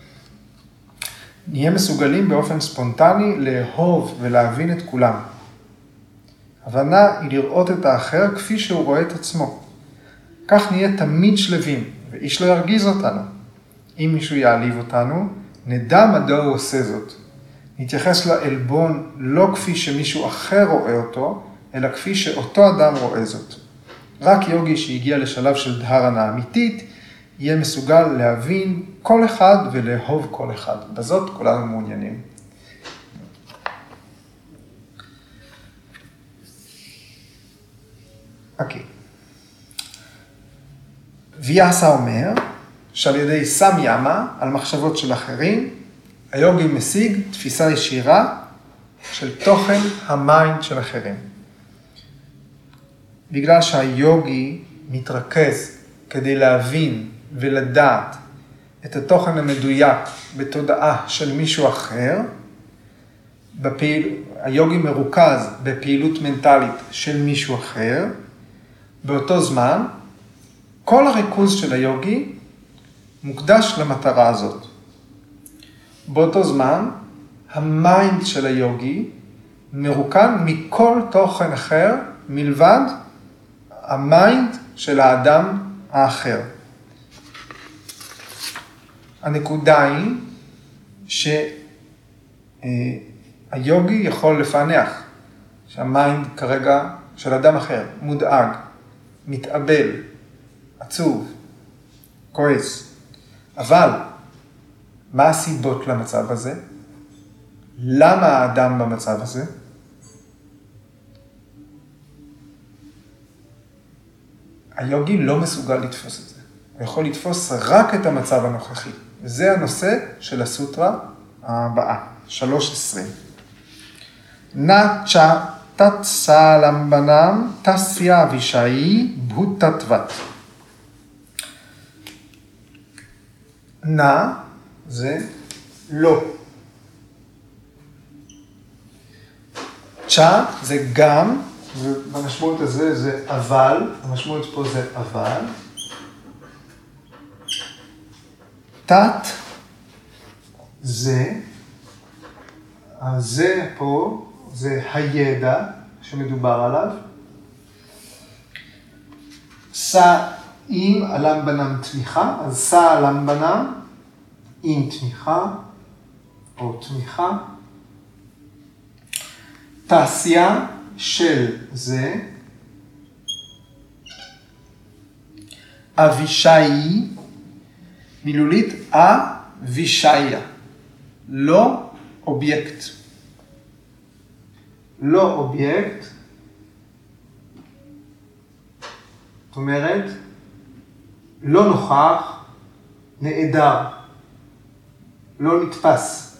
נהיה מסוגלים באופן ספונטני לאהוב ולהבין את כולם. הבנה היא לראות את האחר כפי שהוא רואה את עצמו. כך נהיה תמיד שלבים, ואיש לא ירגיז אותנו. אם מישהו יעליב אותנו, נדע מדוע הוא עושה זאת. נתייחס לעלבון לא כפי שמישהו אחר רואה אותו, אלא כפי שאותו אדם רואה זאת. רק יוגי שהגיע לשלב של דהרנה אמיתית, יהיה מסוגל להבין כל אחד ולאהוב כל אחד. בזאת כולנו מעוניינים. אוקיי. ויאסה אומר שעל ידי סמיאמה, על מחשבות של אחרים, היוגי משיג תפיסה ישירה של תוכן המיינד של אחרים. בגלל שהיוגי מתרכז כדי להבין ולדעת את התוכן המדויק בתודעה של מישהו אחר, בפעיל... היוגי מרוכז בפעילות מנטלית של מישהו אחר, באותו זמן, כל הריכוז של היוגי מוקדש למטרה הזאת. באותו זמן, המיינד של היוגי מרוקן מכל תוכן אחר, מלבד המיינד של האדם האחר. הנקודה היא שהיוגי יכול לפענח שהמיינד כרגע של אדם אחר מודאג, מתאבל, עצוב, כועס. אבל, מה הסיבות למצב הזה? למה האדם במצב הזה? היוגי לא מסוגל לתפוס את זה. הוא יכול לתפוס רק את המצב הנוכחי. וזה הנושא של הסוטרה הבאה, שלוש עשרים. נצ'ה תצלמבנם תסיה וישאי בוטתוות. נא זה לא. צ'ה זה גם, ובמשמעות הזה זה אבל, המשמעות פה זה אבל. תת זה, זה פה זה הידע שמדובר עליו. סע עם הלמבנם תמיכה, אז סע הלמבנם עם תמיכה או תמיכה. תעשייה של זה. אבישאי, מילולית אבישאיה, לא אובייקט. לא אובייקט, זאת אומרת, לא נוכח, נעדר, לא נתפס.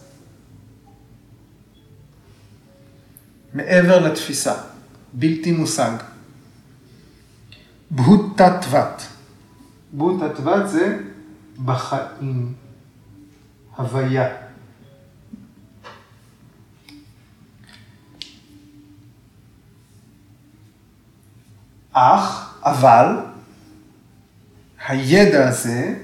מעבר לתפיסה, בלתי מושג. בוטתוות. בוטתוות זה בחיים, הוויה. אך, אבל, הידע הזה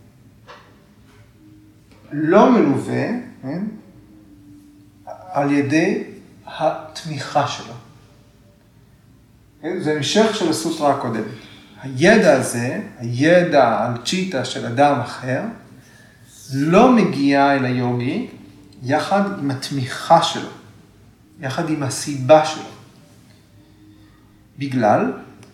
לא מלווה, כן? על ידי התמיכה שלו. כן? זה המשך של הסוטרה הקודמת. הידע הזה, הידע על צ'יטה של אדם אחר, לא מגיע אל היוגי יחד עם התמיכה שלו, יחד עם הסיבה שלו. בגלל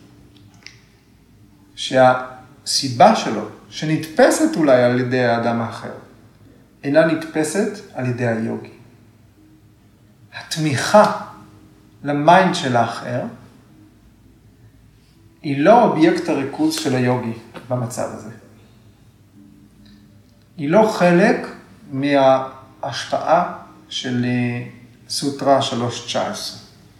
שהסיבה שלו, שנתפסת אולי על ידי האדם האחר, אינה נתפסת על ידי היוגי. התמיכה למיינד של האחר, היא לא אובייקט הריכוז של היוגי במצב הזה. היא לא חלק מההשפעה של סוטרה שלוש תשע עשרה.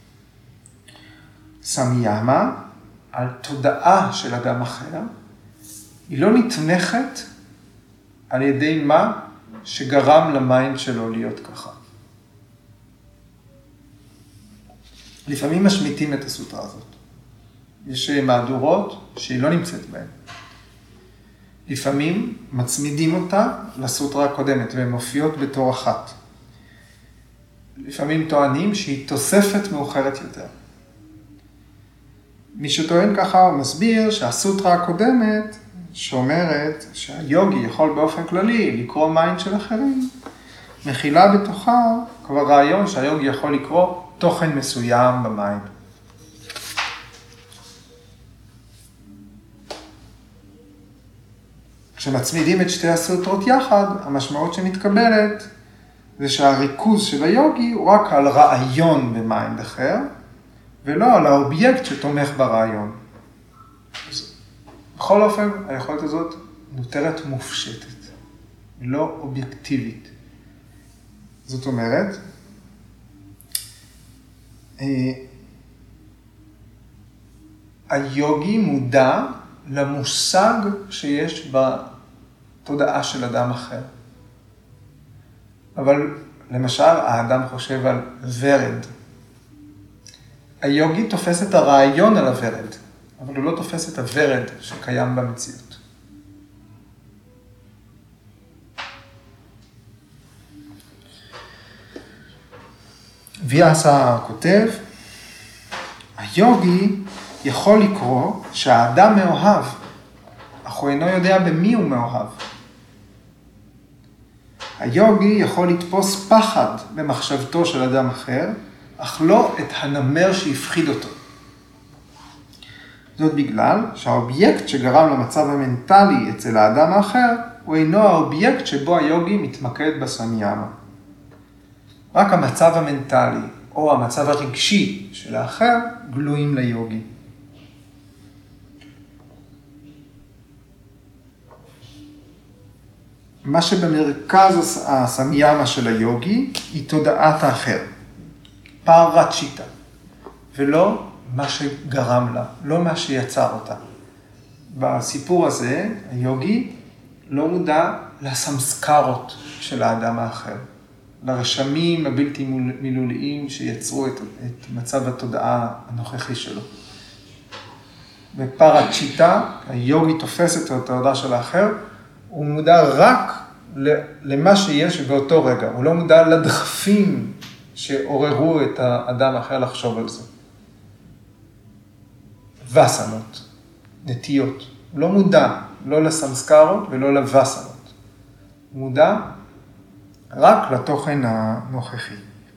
סמיאמה, על תודעה של אדם אחר, היא לא נתמכת על ידי מה שגרם למיינד שלו להיות ככה. לפעמים משמיטים את הסוטרה הזאת. יש מהדורות שהיא לא נמצאת בהן. לפעמים מצמידים אותה לסוטרה הקודמת, והן מופיעות בתור אחת. לפעמים טוענים שהיא תוספת מאוחרת יותר. מי שטוען ככה הוא מסביר שהסוטרה הקודמת שאומרת שהיוגי יכול באופן כללי לקרוא מיינד של אחרים, מכילה בתוכה כבר רעיון שהיוגי יכול לקרוא תוכן מסוים במיינד. כשמצמידים את שתי הסוטרות יחד, המשמעות שמתקבלת זה שהריכוז של היוגי הוא רק על רעיון במיינד אחר, ולא על האובייקט שתומך ברעיון. אז בכל אופן, היכולת הזאת נותרת מופשטת, לא אובייקטיבית. זאת אומרת, היוגי מודע למושג שיש בתודעה של אדם אחר. אבל למשל, האדם חושב על ורד. היוגי תופס את הרעיון על הוורד, אבל הוא לא תופס את הוורד שקיים במציאות. ויאסה כותב, היוגי יכול לקרוא שהאדם מאוהב, אך הוא אינו יודע במי הוא מאוהב. היוגי יכול לתפוס פחד במחשבתו של אדם אחר, אך לא את הנמר שהפחיד אותו. זאת בגלל שהאובייקט שגרם למצב המנטלי אצל האדם האחר, הוא אינו האובייקט שבו היוגי מתמקד בסמיאמה. רק המצב המנטלי או המצב הרגשי של האחר גלויים ליוגי. מה שבמרכז הסמיאמה של היוגי היא תודעת האחר, פרצ'יטה, ולא מה שגרם לה, לא מה שיצר אותה. בסיפור הזה, היוגי לא מודע לסמסקרות של האדם האחר, לרשמים הבלתי מילוליים שיצרו את, את מצב התודעה הנוכחי שלו. בפרצ'יטה, היוגי תופס את התודעה של האחר, הוא מודע רק למה שיש באותו רגע, הוא לא מודע לדחפים שעוררו את האדם האחר לחשוב על זה. וסנות, נטיות, הוא לא מודע לא לסמסקרות ולא לווסנות, הוא מודע רק לתוכן הנוכחי.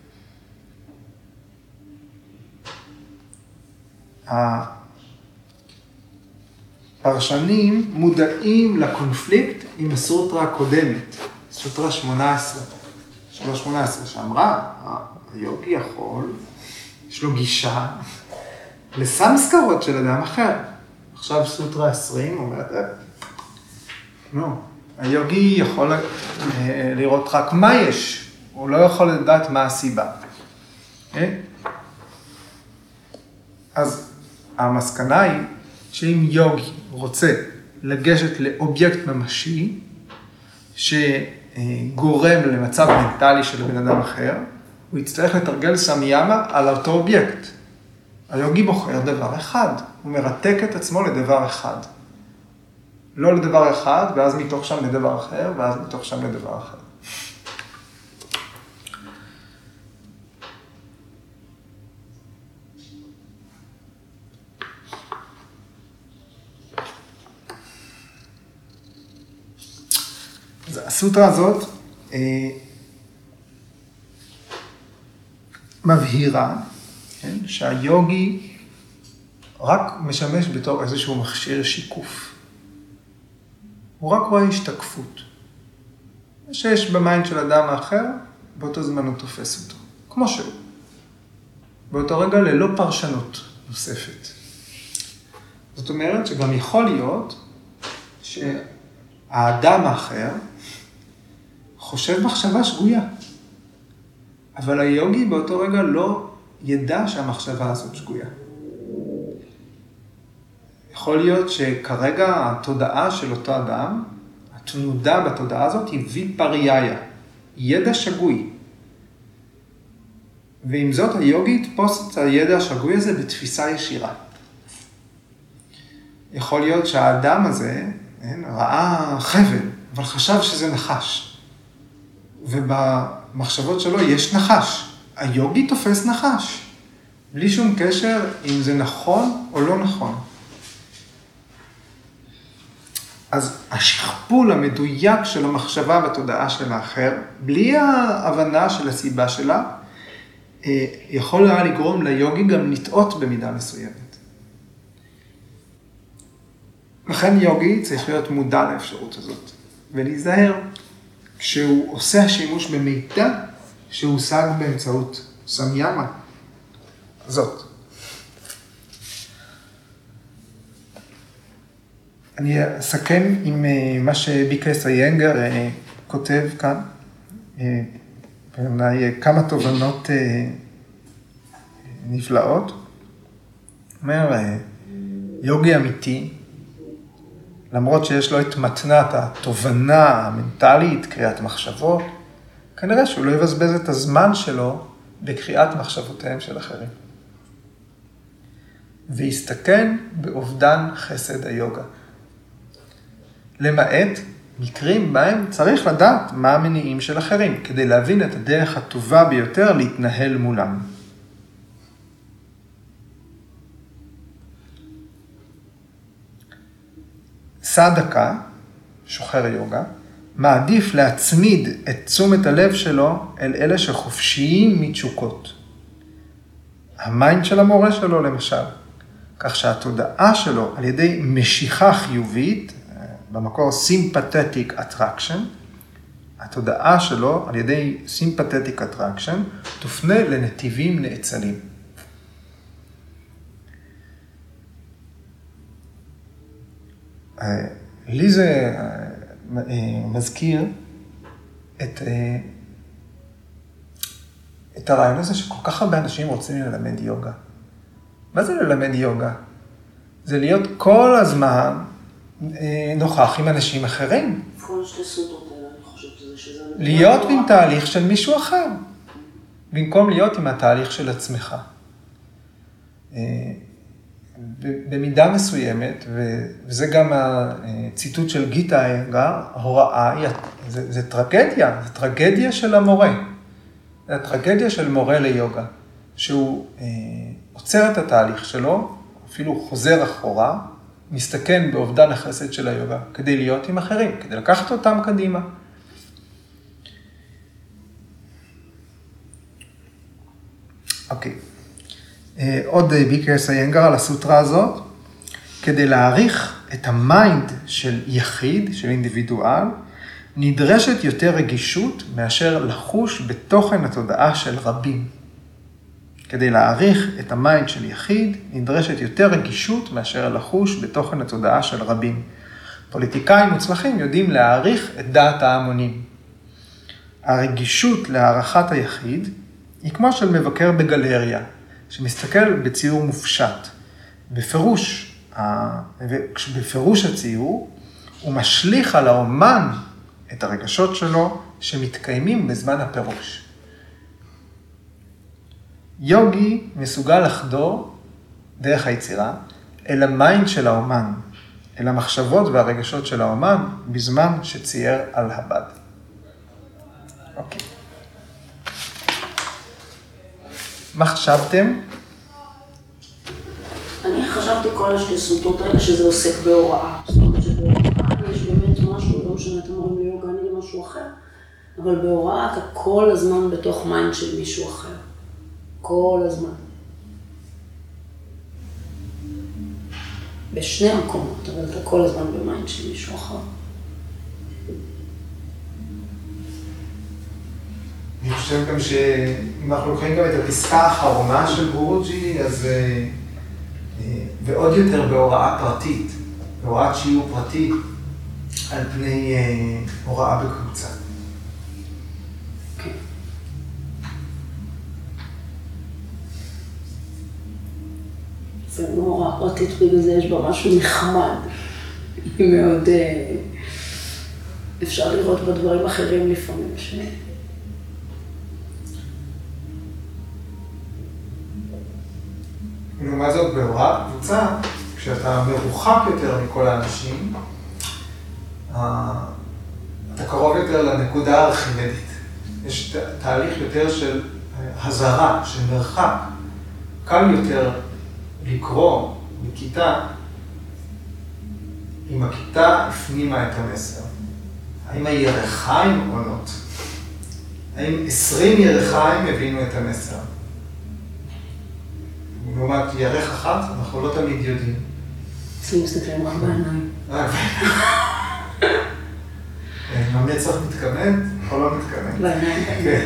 הפרשנים מודעים לקונפליקט עם הסוטרה הקודמת, סוטרה שמונה עשרה, שלוש שמונה עשרה, שאמרה, היוגי יכול, יש לו גישה לסמסקרות של אדם אחר. עכשיו סוטרה עשרים אומרת, לא, היוגי יכול לראות רק מה יש, הוא לא יכול לדעת מה הסיבה. אז המסקנה היא שאם יוגי רוצה לגשת לאובייקט ממשי, שגורם למצב מנטלי של בן אדם אחר, הוא יצטרך לתרגל סמיאמה על אותו אובייקט. היוגי בוחר דבר אחד, הוא מרתק את עצמו לדבר אחד. לא לדבר אחד, ואז מתוך שם לדבר אחר, ואז מתוך שם לדבר אחר. אז הסוטרה הזאת אה, מבהירה, כן, שהיוגי רק משמש בתור איזשהו מכשיר שיקוף. הוא רק רואה השתקפות. מה שיש במיינד של אדם האחר, באותו זמן הוא תופס אותו, כמו שהוא. באותו רגע ללא פרשנות נוספת. זאת אומרת שגם יכול להיות שהאדם האחר חושב מחשבה שגויה. אבל היוגי באותו רגע לא ידע שהמחשבה הזאת שגויה. יכול להיות שכרגע התודעה של אותו אדם, התנודה בתודעה הזאת היא ויפרייה, ידע שגוי. ועם זאת היוגי יתפוס את הידע השגוי הזה בתפיסה ישירה. יכול להיות שהאדם הזה כן, ראה חבל, אבל חשב שזה נחש. ובמחשבות שלו יש נחש. היוגי תופס נחש, בלי שום קשר אם זה נכון או לא נכון. אז השכפול המדויק של המחשבה בתודעה של האחר, בלי ההבנה של הסיבה שלה, יכול היה לגרום ליוגי גם לטעות במידה מסוימת. לכן יוגי צריך להיות מודע לאפשרות הזאת, ולהיזהר כשהוא עושה השימוש במידע שהושג באמצעות סמיאמה. זאת. אני אסכם עם מה שביקס איינגר כותב כאן, בעיניי כמה תובנות נפלאות. אומר, יוגי אמיתי, למרות שיש לו את מתנת התובנה המנטלית, קריאת מחשבות, כנראה שהוא לא יבזבז את הזמן שלו בקריאת מחשבותיהם של אחרים. ויסתכן באובדן חסד היוגה. למעט מקרים בהם צריך לדעת מה המניעים של אחרים, כדי להבין את הדרך הטובה ביותר להתנהל מולם. סדקה, שוחר יוגה, מעדיף להצמיד את תשומת הלב שלו אל אלה שחופשיים מתשוקות. המיינד של המורה שלו למשל, כך שהתודעה שלו על ידי משיכה חיובית, במקור sympathetic attraction, התודעה שלו על ידי sympathetic attraction תופנה לנתיבים נאצלים. לי זה מזכיר את, את הרעיון הזה שכל כך הרבה אנשים רוצים ללמד יוגה. מה זה ללמד יוגה? זה להיות כל הזמן נוכח עם אנשים אחרים. כל שתי סודות האלה, אני חושבת שזה... להיות עם תהליך של מישהו אחר, במקום להיות עם התהליך של עצמך. במידה מסוימת, וזה גם הציטוט של גיטה איינגר, ההוראה, זה, זה טרגדיה, זה טרגדיה של המורה. זה הטרגדיה של מורה ליוגה, שהוא אה, עוצר את התהליך שלו, אפילו חוזר אחורה, מסתכן באובדן החסד של היוגה, כדי להיות עם אחרים, כדי לקחת אותם קדימה. אוקיי. עוד ביקרס איינגר על הסוטרה הזאת, כדי להעריך את המיינד של יחיד, של אינדיבידואל, נדרשת יותר רגישות מאשר לחוש בתוכן התודעה של רבים. כדי להעריך את המיינד של יחיד, נדרשת יותר רגישות מאשר לחוש בתוכן התודעה של רבים. פוליטיקאים מוצלחים יודעים להעריך את דעת ההמונים. הרגישות להערכת היחיד היא כמו של מבקר בגלריה, שמסתכל בציור מופשט. בפירוש, בפירוש הציור, הוא משליך על האומן את הרגשות שלו שמתקיימים בזמן הפירוש. יוגי מסוגל לחדור דרך היצירה אל המיינד של האומן, אל המחשבות והרגשות של האומן בזמן שצייר על הבד. אוקיי. מה חשבתם? אני חשבתי כל השתי סוטות האלה שזה עוסק בהוראה. זאת אומרת שבהוראה יש באמת משהו, לא משנה, אתם אומרים לי יוגה, אני למשהו אחר, אבל בהוראה אתה כל הזמן בתוך מיינד של מישהו אחר. כל הזמן. בשני המקומות, אבל אתה כל הזמן במיינד של מישהו אחר. אני חושב גם שאם אנחנו לוקחים גם את הפסקה האחרונה של גורוג'י, אז ועוד יותר בהוראה פרטית, בהוראת שיעור פרטי, על פני הוראה בקבוצה. כן. זה לא הוראה פרטית, בגלל זה יש בה משהו נחמד. היא מאוד... אפשר לראות בדברים אחרים לפעמים ש... לעומת זאת, בהוראת קבוצה, כשאתה מרוחק יותר מכל האנשים, אתה קרוב יותר לנקודה הארכימדית. יש תהליך יותר של הזרה, של מרחק. קל יותר לקרוא בכיתה, אם הכיתה הפנימה את המסר. האם הירחיים עונות? האם עשרים ירחיים הבינו את המסר? לעומת ירח אחת, אנחנו לא תמיד יודעים. אצלי מסתכלים רק בעיניים. רק בעיניים. אם המצח מתכוון, או לא מתכוון. בעיניים. כן.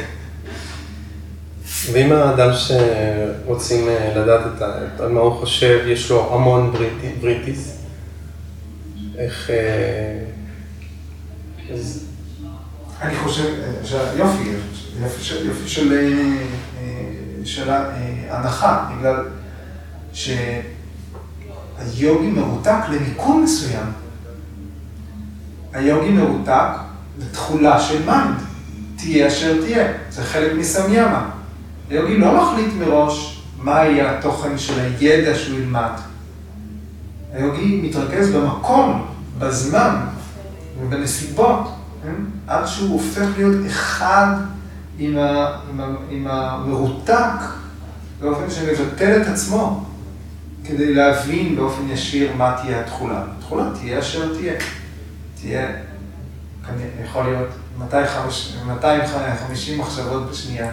ואם האדם שרוצים לדעת על מה הוא חושב, יש לו המון בריטיס, איך... אני חושב שיופי, יופי של... של ההנחה, בגלל שהיוגי מרותק למיקום מסוים. היוגי מרותק לתחולה של מיינד, תהיה אשר תהיה, זה חלק מסמיאמה. היוגי לא מחליט מראש מה יהיה התוכן של הידע שהוא ילמד. היוגי מתרכז במקום, בזמן ובנסיבות, עד שהוא הופך להיות אחד עם, ה, עם, ה, עם המרותק, באופן שמבטל את עצמו, כדי להבין באופן ישיר מה תהיה התחולה. התחולה תהיה אשר תהיה. תהיה, יכול להיות, מאתיים וחמישים מחשבות בשנייה.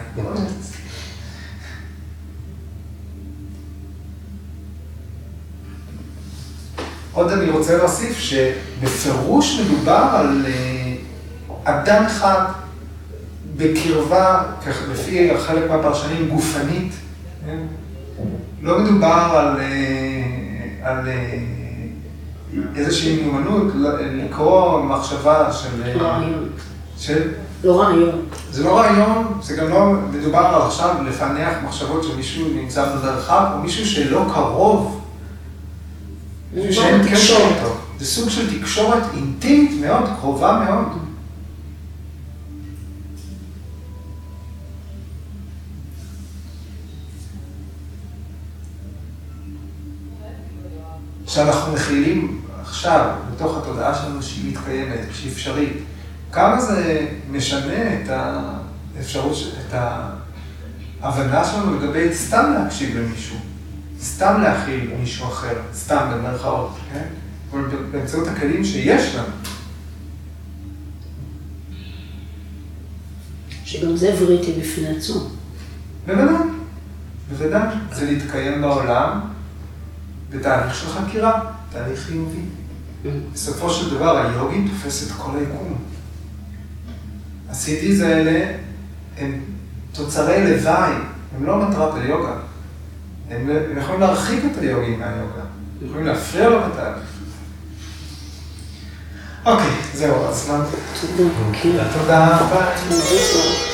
עוד אני רוצה להוסיף שבפירוש מדובר על אדם אחד בקרבה, לפי חלק מהפרשנים, גופנית. לא מדובר על, על איזושהי מיומנות, לקרוא מחשבה של... לא רעיון. של... לא רעיון. זה לא רעיון, זה גם לא מדובר על עכשיו לפענח מחשבות של מישהו נמצא במרחק, או מישהו שלא קרוב. מישהו שאין קשר איתו. זה סוג של תקשורת אינטימית מאוד, קרובה מאוד. שאנחנו מכילים עכשיו, בתוך התודעה שלנו שהיא מתקיימת, שהיא אפשרית, כמה זה משנה את האפשרות, את ההבנה שלנו לגבי סתם להקשיב למישהו, סתם להכיל מישהו אחר, סתם במרכאות, כן? אבל באמצעות הכלים שיש לנו. שגם זה וריטי בפני עצמו. בוודאי, בוודאי. זה להתקיים בעולם בתהליך של חקירה, תהליך חיובי. בסופו של דבר היוגי תופס את כל היקום. הסידיז האלה הם תוצרי לוואי, הם לא מטרת היוגה. הם, הם יכולים להרחיק את היוגי מהיוגה, הם יכולים להפריע לו בתהליך. אוקיי, זהו, אז מה? תודה. תודה, ביי.